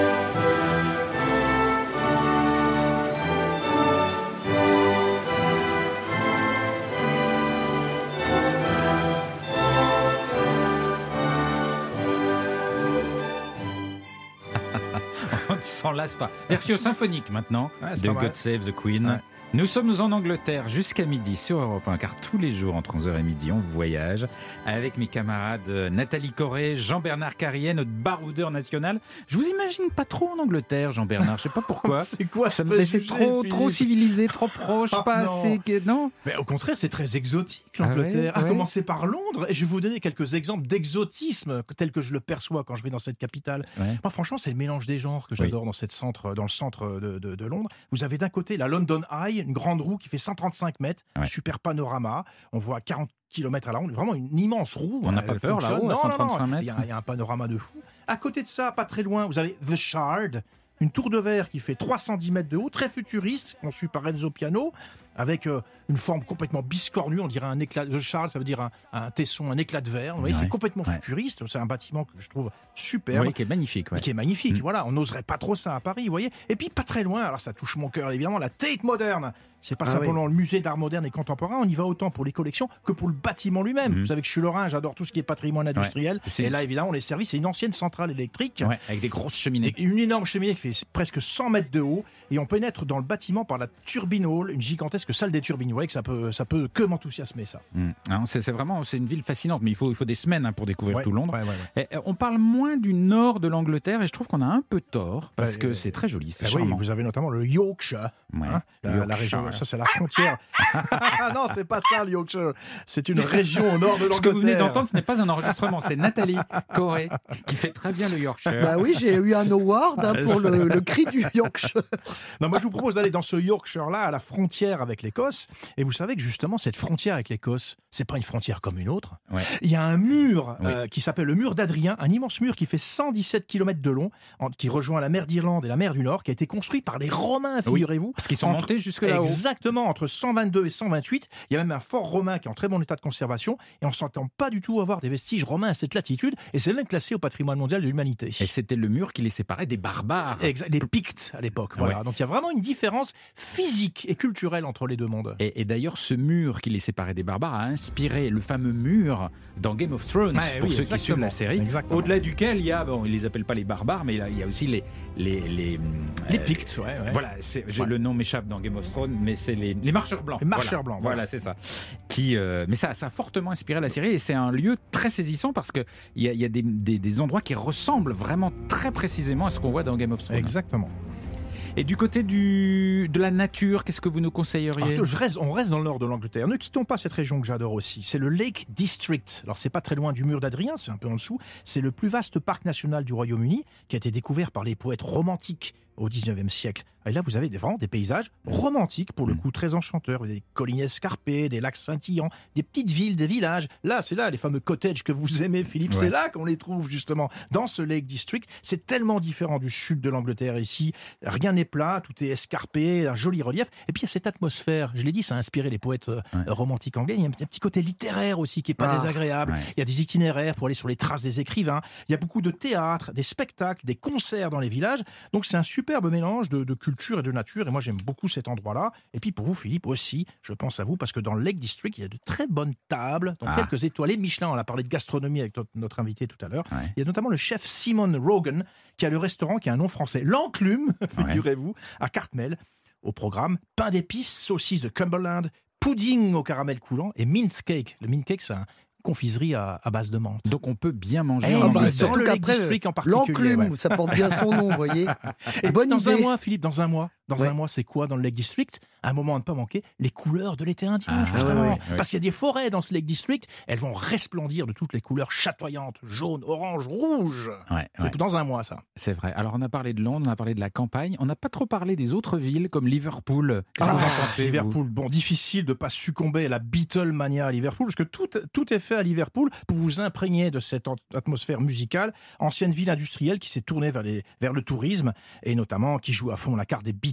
On ne s'en lasse pas. Version symphonique maintenant c'est de pas mal. God Save the Queen. Ouais. Nous sommes en Angleterre jusqu'à midi sur Europe 1, car tous les jours entre 11h et midi, on voyage avec mes camarades Nathalie Corré, Jean-Bernard Carrier, notre baroudeur national. Je vous imagine pas trop en Angleterre, Jean-Bernard, je sais pas pourquoi. C'est quoi Ça ce me laissait préjugé, trop Philippe civilisé, trop proche, Ah, pas non. assez... Non. Mais au contraire, c'est très exotique, Ah l'Angleterre. ouais, À ouais. commencer par Londres. Et je vais vous donner quelques exemples d'exotisme tel que je le perçois quand je vais dans cette capitale. Ouais. Moi, franchement, c'est le mélange des genres que j'adore dans le centre de Londres. Vous avez d'un côté la London Eye, une grande roue qui fait 135 mètres, Ouais. super panorama. On voit 40 km à la ronde, vraiment une immense roue. On n'a Elle pas peur, fonctionne. là-haut, à Non, 135 mètres. Il y a un panorama de fou. À côté de ça, pas très loin, vous avez The Shard, une tour de verre qui fait 310 mètres de haut, très futuriste, conçue par Renzo Piano, avec une forme complètement biscornue, on dirait un éclat de Shard, ça veut dire un tesson, un éclat de verre. Vous voyez, Ouais. c'est complètement Ouais. futuriste, c'est un bâtiment que je trouve superbe. Oui, qui est magnifique. Ouais. Qui est magnifique, Mm. voilà, on n'oserait pas trop ça à Paris, vous voyez. Et puis pas très loin, alors ça touche mon cœur évidemment, la Tate Moderne. C'est pas Ah simplement le musée d'art moderne et contemporain, on y va autant pour les collections que pour le bâtiment lui-même. Mm. Vous savez que je suis lorrain, j'adore tout ce qui est patrimoine industriel. C'est- Et là évidemment, on est servi, c'est une ancienne centrale électrique. Ouais, avec des grosses cheminées. Une énorme cheminée qui fait presque 100 mètres de haut et on pénètre dans le bâtiment par la turbine hall, une gigantesque salle des turbines. Vous voyez que ça peut que m'enthousiasmer ça. Non, c'est vraiment une ville fascinante, mais il faut des semaines pour découvrir Ouais, tout Londres. ouais, ouais, ouais. Et, on parle moins du nord de l'Angleterre et je trouve qu'on a un peu tort parce Ouais, que c'est très joli, c'est Ah oui, charmant. vous avez notamment le Yorkshire, Ouais, la Yorkshire. région, ça c'est la frontière. Non, c'est pas ça le Yorkshire, c'est une région au nord de l'Angleterre. Ce que vous venez d'entendre, ce n'est pas un enregistrement, c'est Nathalie Corré qui fait très bien le Yorkshire. Bah oui, j'ai eu un award pour le cri du Yorkshire. Non, moi je vous propose d'aller dans ce Yorkshire-là, à la frontière avec l'Écosse. Et vous savez que justement, cette frontière avec l'Écosse, c'est pas une frontière comme une autre. Ouais. Il y a un mur Oui. qui s'appelle le mur d'Adrien, un immense mur qui fait 117 km de long, qui rejoint la mer d'Irlande et la mer du Nord, qui a été construit par les Romains, Oui, figurez-vous. parce qu'ils sont Entre- montés jusque là-haut. Exactement, entre 122 et 128. Il y a même un fort romain qui est en très bon état de conservation. Et on ne s'entend pas du tout avoir des vestiges romains à cette latitude. Et c'est même classé au patrimoine mondial de l'humanité. Et c'était le mur qui les séparait des barbares. Les Pictes à l'époque. Voilà. Ouais. Donc il y a vraiment une différence physique et culturelle entre les deux mondes. Et d'ailleurs, ce mur qui les séparait des barbares a inspiré le fameux mur dans Game of Thrones, Ouais, pour oui, ceux qui suivent la série. Exactement. Au-delà duquel il y a, bon, ils les appellent pas les barbares, mais il y a aussi les Pictes, ouais. Voilà, le nom m'échappe dans Game of Thrones, mais c'est les marcheurs blancs. Les marcheurs blancs, Voilà, voilà. c'est ça. Mais ça a fortement inspiré la série et c'est un lieu très saisissant parce qu'il y a des endroits qui ressemblent vraiment très précisément à ce qu'on voit dans Game of Thrones. Exactement. Et du côté de la nature, qu'est-ce que vous nous conseilleriez? Alors, on reste dans le nord de l'Angleterre. Ne quittons pas cette région que j'adore aussi. C'est le Lake District. Alors, c'est pas très loin du mur d'Adrien, c'est un peu en dessous. C'est le plus vaste parc national du Royaume-Uni qui a été découvert par les poètes romantiques au 19e siècle. Et là, vous avez vraiment des paysages romantiques, pour le coup, très enchanteurs. Vous avez des collines escarpées, des lacs scintillants, des petites villes, des villages. Là, c'est là, les fameux cottages que vous aimez, Philippe. Ouais. C'est là qu'on les trouve, justement, dans ce Lake District. C'est tellement différent du sud de l'Angleterre ici. Rien n'est plat, tout est escarpé, un joli relief. Et puis, il y a cette atmosphère. Je l'ai dit, ça a inspiré les poètes romantiques anglais. Il y a un petit côté littéraire aussi qui est pas désagréable. Ouais. Il y a des itinéraires pour aller sur les traces des écrivains. Il y a beaucoup de théâtre, des spectacles, des concerts dans les villages. Donc, c'est un superbe mélange de culture et de nature. Et moi, j'aime beaucoup cet endroit-là. Et puis, pour vous, Philippe, aussi, je pense à vous, parce que dans le Lake District, il y a de très bonnes tables, donc quelques étoilés Michelin. On a parlé de gastronomie avec notre invité tout à l'heure. Ouais. Il y a notamment le chef Simon Rogan, qui a le restaurant qui a un nom français, l'Enclume, figurez-vous, à Cartmel. Au programme, pain d'épices, saucisses de Cumberland, pudding au caramel coulant et mince cake. Le mince cake, c'est une confiserie à base de menthe. Donc on peut bien manger Eh, en bah, Angleterre. surtout surtout le Lake qu'après, District en particulier, l'enclume, ouais. ça porte bien son nom, vous voyez. Et Bonne dans un idée. mois, Philippe, dans un mois, Ouais. un mois, c'est quoi dans le Lake District? Un moment à ne pas manquer, les couleurs de l'été indien, Ah, justement. ouais. Parce qu'il y a des forêts dans ce Lake District, elles vont resplendir de toutes les couleurs chatoyantes, jaune, orange, rouge. Ouais, C'est ouais. dans un mois, ça. C'est vrai. Alors on a parlé de Londres, on a parlé de la campagne, on n'a pas trop parlé des autres villes comme Liverpool. Qu'est-ce que vous en pensez, vous? Liverpool, bon, difficile de ne pas succomber à la Beatlemania à Liverpool, parce que tout est fait à Liverpool pour vous imprégner de cette atmosphère musicale. Ancienne ville industrielle qui s'est tournée vers le tourisme, et notamment qui joue à fond la carte des Beatles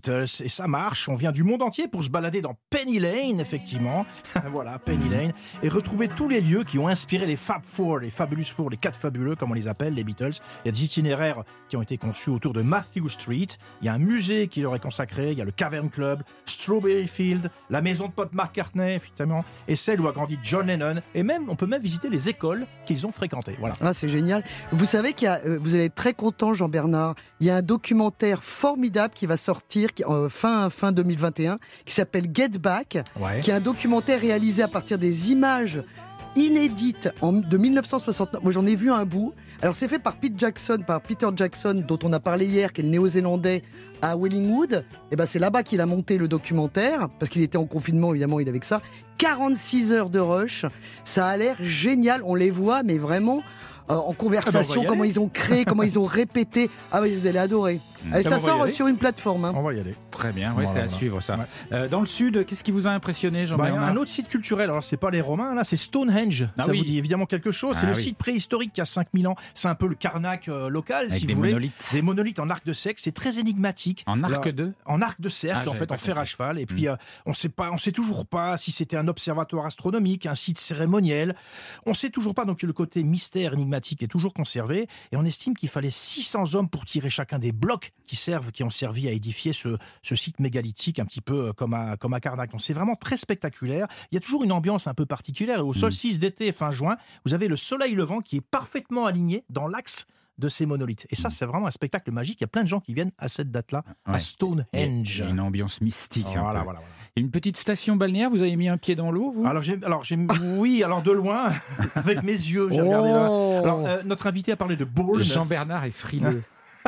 Beatles et ça marche. On vient du monde entier pour se balader dans Penny Lane, effectivement. Voilà, Penny Lane. Et retrouver tous les lieux qui ont inspiré les Fab Four, les Fabulous Four, les 4 fabuleux, comme on les appelle, les Beatles. Il y a des itinéraires qui ont été conçus autour de Matthew Street. Il y a un musée qui leur est consacré. Il y a le Cavern Club, Strawberry Field, la maison de Paul McCartney, effectivement, et celle où a grandi John Lennon. Et même, on peut même visiter les écoles qu'ils ont fréquentées. Voilà. Ah, c'est génial. Vous savez vous allez être très content, Jean-Bernard. Il y a un documentaire formidable qui va sortir fin 2021, qui s'appelle Get Back, qui est un documentaire réalisé à partir des images inédites de 1969. Moi, j'en ai vu un bout. Alors, c'est fait par Peter Jackson, dont on a parlé hier, qui est le néo-zélandais à Wellingwood. Et ben, c'est là-bas qu'il a monté le documentaire, parce qu'il était en confinement, évidemment, il avait que ça. 46 heures de rush. Ça a l'air génial. On les voit, mais vraiment en conversation, comment ils ont créé, comment ils ont répété. Ah oui, vous allez adorer. Et ça sort sur une plateforme. On va y aller. Très bien, oui, c'est à suivre ça. Ouais. Dans le sud, qu'est-ce qui vous a impressionné, Jean-Bernard ? Un autre site culturel, alors c'est pas les Romains, là c'est Stonehenge. Ça vous dit évidemment quelque chose. C'est le site préhistorique qui a 5000 ans. C'est un peu le Karnak local, avec si vous voulez. Monolithes. Des monolithes en arc de cercle, c'est très énigmatique. En arc de En arc de cercle, en fait, en fer à cheval. Et puis on sait toujours pas si c'était un observatoire astronomique, un site cérémoniel. On sait toujours pas, donc le côté mystère énigmatique est toujours conservé. Et on estime qu'il fallait 600 hommes pour tirer chacun des blocs qui ont servi à édifier ce site mégalithique, un petit peu comme à Karnak. Donc c'est vraiment très spectaculaire. Il y a toujours une ambiance un peu particulière. Et au solstice d'été, fin juin, vous avez le soleil levant qui est parfaitement aligné dans l'axe de ces monolithes. Et ça, c'est vraiment un spectacle magique. Il y a plein de gens qui viennent à cette date-là, à Stonehenge. Il y a une ambiance mystique. Voilà. Une petite station balnéaire, vous avez mis un pied dans l'eau, vous ? Alors de loin, avec mes yeux, j'ai regardé là. Alors, notre invité a parlé de Bournemouth. Jean-Bernard est frileux.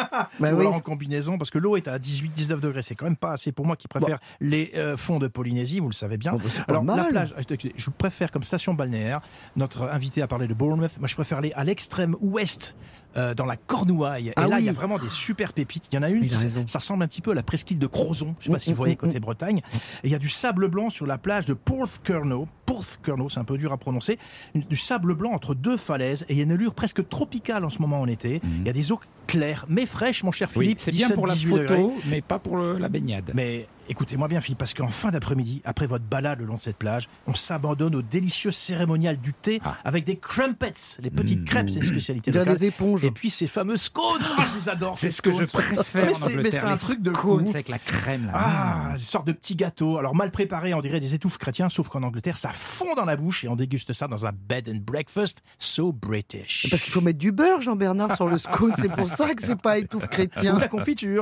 En combinaison, parce que l'eau est à 18-19 degrés, c'est quand même pas assez pour moi qui préfère les fonds de Polynésie, vous le savez bien. Alors la plage, je préfère comme station balnéaire, notre invité a parlé de Bournemouth, moi je préfère aller à l'extrême ouest, dans la Cornouaille, et là il y a vraiment des super pépites. Il y en a une, ça ressemble un petit peu à la presqu'île de Crozon, je sais pas si vous voyez côté Bretagne, et il y a du sable blanc sur la plage de Porthcurno, c'est un peu dur à prononcer, du sable blanc entre deux falaises, et il y a une allure presque tropicale en ce moment en été. Il y a des eaux claires mais fraîches, mon cher Philippe. C'est bien pour la photo, mais pas pour la baignade. Mais écoutez-moi bien, Philippe, parce qu'en fin d'après-midi, après votre balade le long de cette plage, on s'abandonne au délicieux cérémonial du thé avec des crumpets, les petites crêpes, c'est une spécialité locale. Des éponges. Et puis ces fameux scones, je les adore. C'est ce que je préfère en Angleterre. Mais c'est un truc de scones fou. avec la crème. Une sorte de petits gâteaux. Alors mal préparés, on dirait des étouffes chrétiens, sauf qu'en Angleterre, ça fond dans la bouche et on déguste ça dans un bed and breakfast so British. Parce qu'il faut mettre du beurre, Jean-Bernard, sur le scone. C'est pour ça que c'est pas étouffe chrétien. Ou la confiture.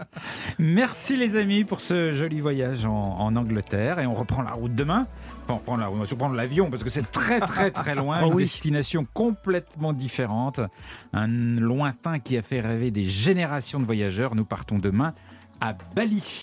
Merci les amis pour ce joli voyage en Angleterre, et on reprend la route demain. Enfin, on va surprendre l'avion parce que c'est très très très loin, une destination complètement différente, un lointain qui a fait rêver des générations de voyageurs. Nous partons demain à Bali.